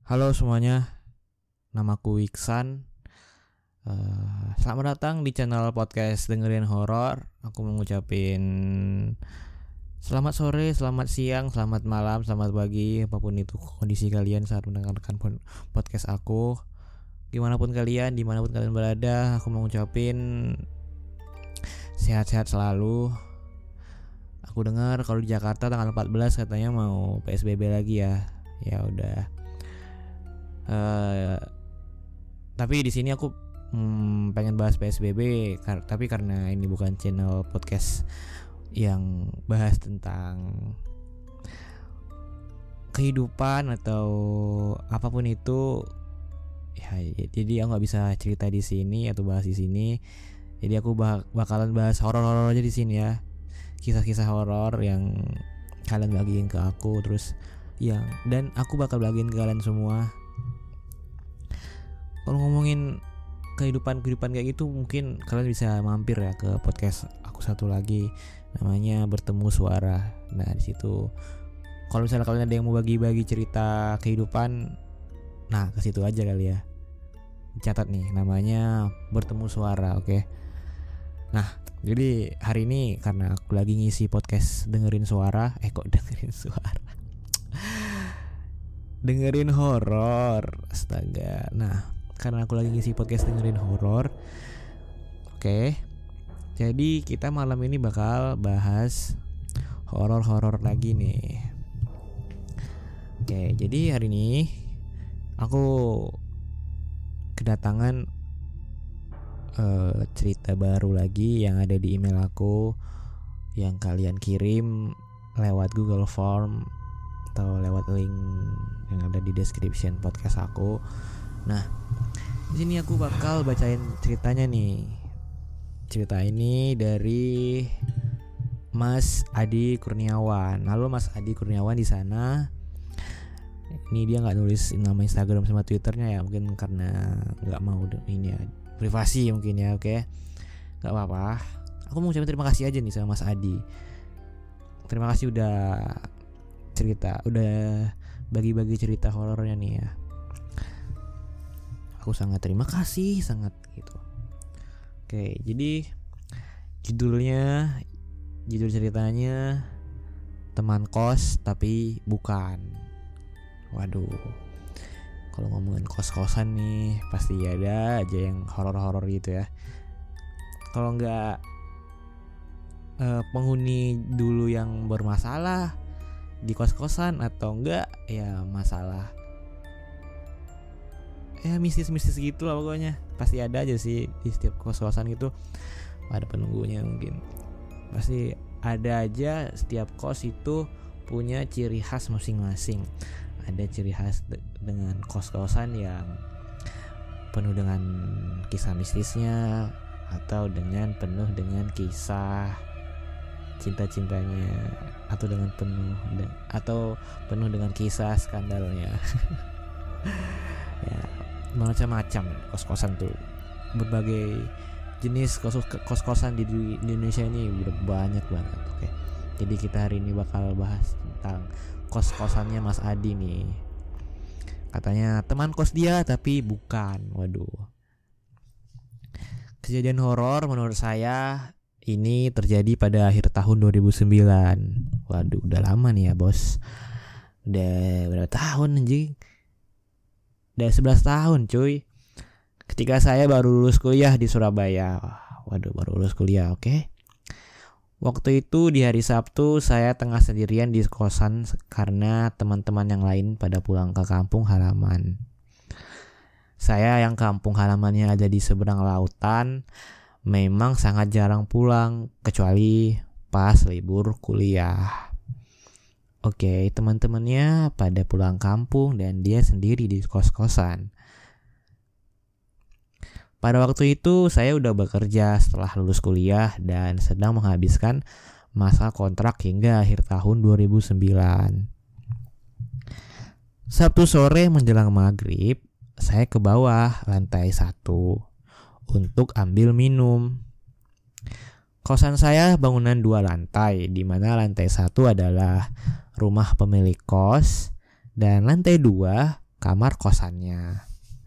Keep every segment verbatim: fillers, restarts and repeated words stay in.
Halo semuanya, namaku Iksan. Uh, selamat datang di channel podcast dengerin horor. Aku mengucapin selamat sore, selamat siang, selamat malam, selamat pagi, apapun itu kondisi kalian saat mendengarkan podcast aku. Gimana pun kalian, dimanapun kalian berada, aku mengucapin sehat-sehat selalu. Aku dengar kalau di Jakarta tanggal empat belas katanya mau P S B B lagi ya. Ya udah. Uh, tapi di sini aku hmm, pengen bahas P S B B, kar- tapi karena ini bukan channel podcast yang bahas tentang kehidupan atau apapun itu, ya jadi aku nggak bisa cerita di sini atau bahas di sini. Jadi aku bak- bakalan bahas horor-horor aja di sini ya, kisah-kisah horor yang kalian bagiin ke aku, terus yang dan aku bakal bagiin ke kalian semua. Kalau ngomongin kehidupan-kehidupan kayak gitu, mungkin kalian bisa mampir ya ke podcast aku satu lagi, namanya Bertemu Suara. Nah di situ kalau misalnya kalian ada yang mau bagi-bagi cerita kehidupan, nah ke situ aja kali ya. Catat nih, namanya Bertemu Suara, oke? Okay? Nah jadi hari ini karena aku lagi ngisi podcast dengerin suara, eh kok dengerin suara, dengerin horor, astaga. Nah karena aku lagi ngisi podcast dengerin horor, oke. Okay. Jadi kita malam ini bakal bahas horor-horor lagi nih. Oke, okay, jadi hari ini aku kedatangan uh, cerita baru lagi yang ada di email aku, yang kalian kirim lewat Google Form atau lewat link yang ada di description podcast aku. Nah, di sini aku bakal bacain ceritanya nih. Cerita ini dari Mas Adi Kurniawan. Halo Mas Adi Kurniawan di sana. Ini dia nggak nulis nama Instagram sama Twitternya ya, mungkin karena nggak mau ini ya, privasi mungkin ya, oke? Okay? Nggak apa-apa. Aku mau ucapin terima kasih aja nih sama Mas Adi. Terima kasih udah cerita, udah bagi-bagi cerita horornya nih ya. Aku sangat terima kasih, sangat gitu. Oke, jadi judulnya, judul ceritanya Teman Kos Tapi Bukan. Waduh, kalau ngomongin kos-kosan nih pasti ada aja yang horor-horor gitu ya. Kalau nggak eh, penghuni dulu yang bermasalah di kos-kosan, atau enggak ya masalah ya mistis-mistis gitu lah pokoknya. Pasti ada aja sih di setiap kos-kosan gitu, ada penunggunya mungkin. Pasti ada aja, setiap kos itu punya ciri khas masing-masing. Ada ciri khas de- dengan kos-kosan yang penuh dengan kisah mistisnya, atau dengan penuh dengan kisah cinta-cintanya, atau dengan penuh de- atau penuh dengan kisah skandalnya. Ya, macam-macam kos-kosan tuh, berbagai jenis kos kos-kosan di, di Indonesia ini udah banyak banget. Oke, jadi kita hari ini bakal bahas tentang kos-kosannya Mas Adi nih. Katanya teman kos dia tapi bukan. Waduh, kejadian horor menurut saya ini terjadi pada akhir tahun dua ribu sembilan. Waduh, udah lama nih ya bos. Udah berapa tahun anjing? Udah sebelas tahun cuy. Ketika saya baru lulus kuliah di Surabaya. Waduh, baru lulus kuliah, oke. Okay? Waktu itu di hari Sabtu saya tengah sendirian di kosan karena teman-teman yang lain pada pulang ke kampung halaman. Saya yang kampung halamannya ada di seberang lautan memang sangat jarang pulang, kecuali pas libur kuliah. Oke, teman-temannya pada pulang kampung dan dia sendiri di kos-kosan. Pada waktu itu saya udah bekerja setelah lulus kuliah dan sedang menghabiskan masa kontrak hingga akhir tahun dua ribu sembilan. Sabtu sore menjelang maghrib, saya ke bawah lantai satu untuk ambil minum. Kosan saya bangunan dua lantai, di mana lantai satu adalah rumah pemilik kos dan lantai dua kamar kosannya.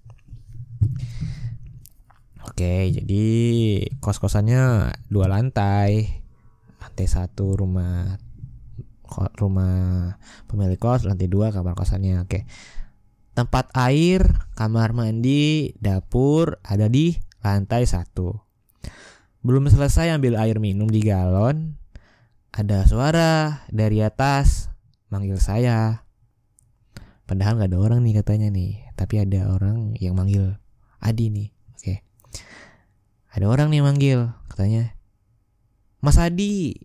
Oke, jadi kos-kosannya dua lantai. Lantai satu rumah rumah pemilik kos, lantai dua kamar kosannya. Oke. Tempat air, kamar mandi, dapur ada di lantai satu. Belum selesai ambil air minum di galon, ada suara dari atas manggil saya. Padahal gak ada orang nih katanya nih, tapi ada orang yang manggil Adi nih. Oke. Ada orang nih manggil, katanya, Mas Adi.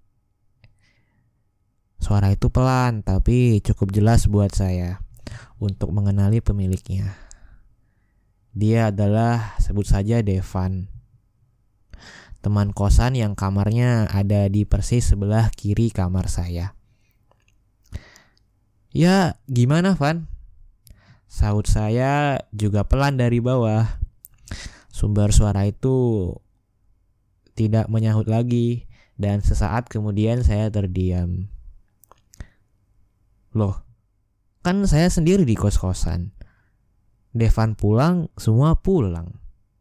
Suara itu pelan tapi cukup jelas buat saya untuk mengenali pemiliknya. Dia adalah, sebut saja Devan, teman kosan yang kamarnya ada di persis sebelah kiri kamar saya. Ya, gimana Van? Sahut saya juga pelan dari bawah. Sumber suara itu tidak menyahut lagi dan sesaat kemudian saya terdiam. Loh, kan saya sendiri di kos-kosan. Devan pulang, semua pulang.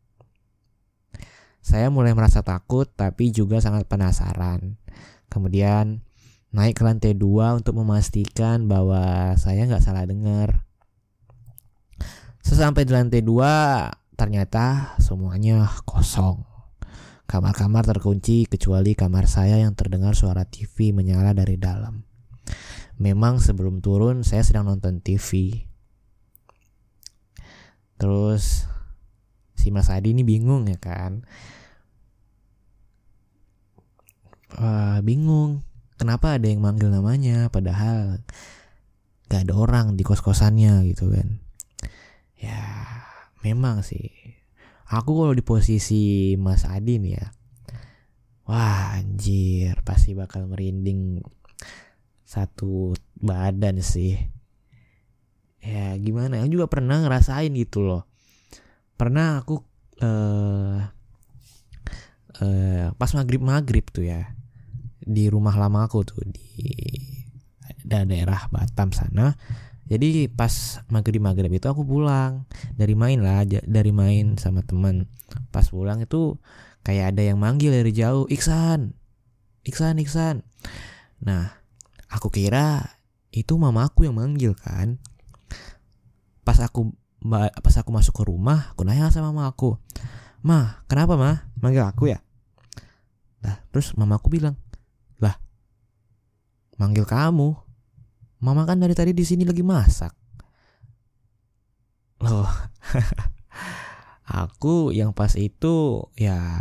Saya mulai merasa takut tapi juga sangat penasaran. Kemudian naik ke lantai dua untuk memastikan bahwa saya gak salah dengar. Sesampai di lantai dua, ternyata semuanya kosong. Kamar-kamar terkunci kecuali kamar saya yang terdengar suara T V menyala dari dalam. Memang sebelum turun saya sedang nonton T V. Terus si Mas Adi ini bingung ya kan. Uh, bingung kenapa ada yang manggil namanya padahal gak ada orang di kos-kosannya gitu kan. Ya memang sih, aku kalau di posisi Mas Adi nih ya, wah anjir pasti bakal merinding satu badan sih. Ya gimana, aku juga pernah ngerasain gitu loh. Pernah aku uh, uh, pas maghrib-maghrib tuh ya, di rumah lama aku tuh di daerah Batam sana. Jadi pas maghrib-maghrib itu aku pulang dari main lah, dari main sama teman. Pas pulang itu kayak ada yang manggil dari jauh, Iksan, Iksan, Iksan. Nah, aku kira itu mamaku yang manggil kan. Pas aku pas aku masuk ke rumah, aku nanya sama mama aku, "Ma, kenapa ma? Manggil aku ya?" Nah, terus mamaku bilang, "Lah, manggil kamu. Mama kan dari tadi di sini lagi masak." Loh. Aku yang pas itu ya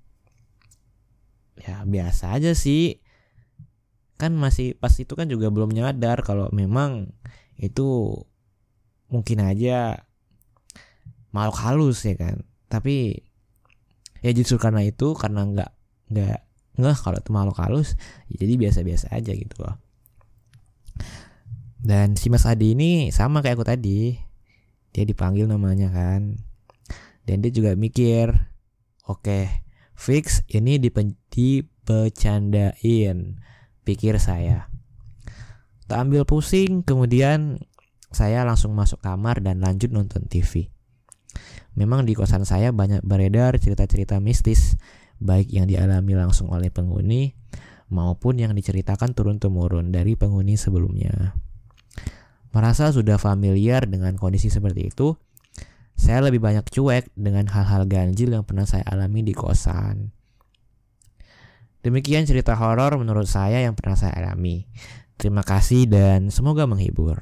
ya biasa aja sih. Kan masih pas itu kan juga belum nyadar kalau memang itu mungkin aja makhluk halus ya kan. Tapi ya justru karena itu, karena nggak nggak nggak kalau itu makhluk halus, ya jadi biasa-biasa aja gitu loh. Dan si Mas Adi ini sama kayak aku tadi, dia dipanggil namanya kan, dan dia juga mikir, oke, okay, fix ini dipe- dipecandain, pikir saya. Tak ambil pusing, kemudian saya langsung masuk kamar dan lanjut nonton T V. Memang di kosan saya banyak beredar cerita-cerita mistis, baik yang dialami langsung oleh penghuni maupun yang diceritakan turun-temurun dari penghuni sebelumnya. Merasa sudah familiar dengan kondisi seperti itu, saya lebih banyak cuek dengan hal-hal ganjil yang pernah saya alami di kosan. Demikian cerita horor menurut saya yang pernah saya alami. Terima kasih dan semoga menghibur.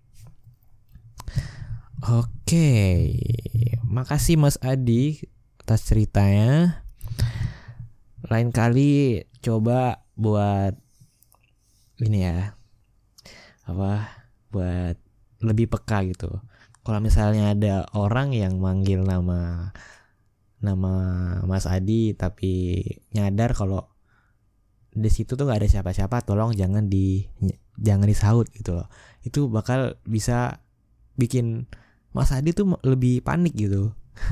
Oke, makasih Mas Adi atas ceritanya. Lain kali coba buat ini ya, apa? Buat lebih peka gitu. Kalau misalnya ada orang yang manggil nama nama Mas Adi tapi nyadar kalau di situ tuh nggak ada siapa-siapa, tolong jangan di jangan disahut gitu loh. Itu bakal bisa bikin Mas Adi tuh lebih panik gitu.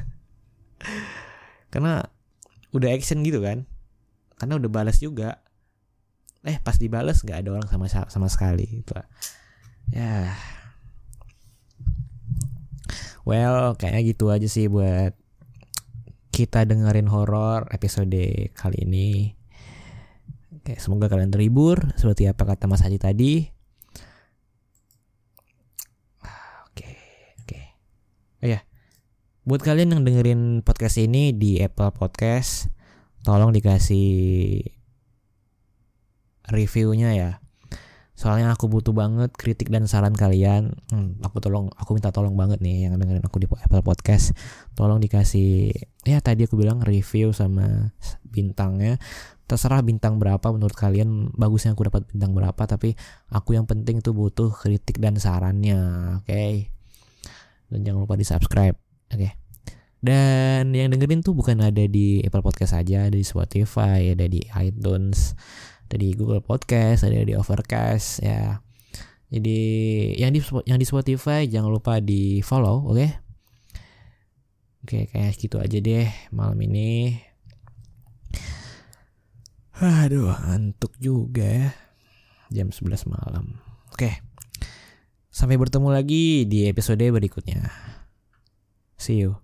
Karena udah action gitu kan. Karena udah balas juga. Eh pas dibalas nggak ada orang sama sama sekali gitu. Ya, Well, kayaknya gitu aja sih buat kita dengerin horor episode kali ini. Oke, semoga kalian terhibur seperti apa kata Mas Haji tadi. Oke, oke. Oh ya, buat kalian yang dengerin podcast ini di Apple Podcast, tolong dikasih reviewnya ya. Soalnya aku butuh banget kritik dan saran kalian. Hmm, aku tolong, aku minta tolong banget nih yang dengerin aku di Apple Podcast. Tolong dikasih, ya tadi aku bilang review sama bintangnya. Terserah bintang berapa menurut kalian, bagusnya aku dapat bintang berapa. Tapi aku yang penting tuh butuh kritik dan sarannya, oke? Okay? Dan jangan lupa di subscribe, oke? Okay? Dan yang dengerin tuh bukan ada di Apple Podcast aja, ada di Spotify, ada di iTunes, ada di Google Podcast, ada di Overcast ya. Jadi yang di yang di Spotify jangan lupa di follow, oke? Okay? Oke, kayak gitu aja deh malam ini. Aduh, ngantuk juga ya. Jam sebelas malam. Oke. Sampai bertemu lagi di episode berikutnya. See you.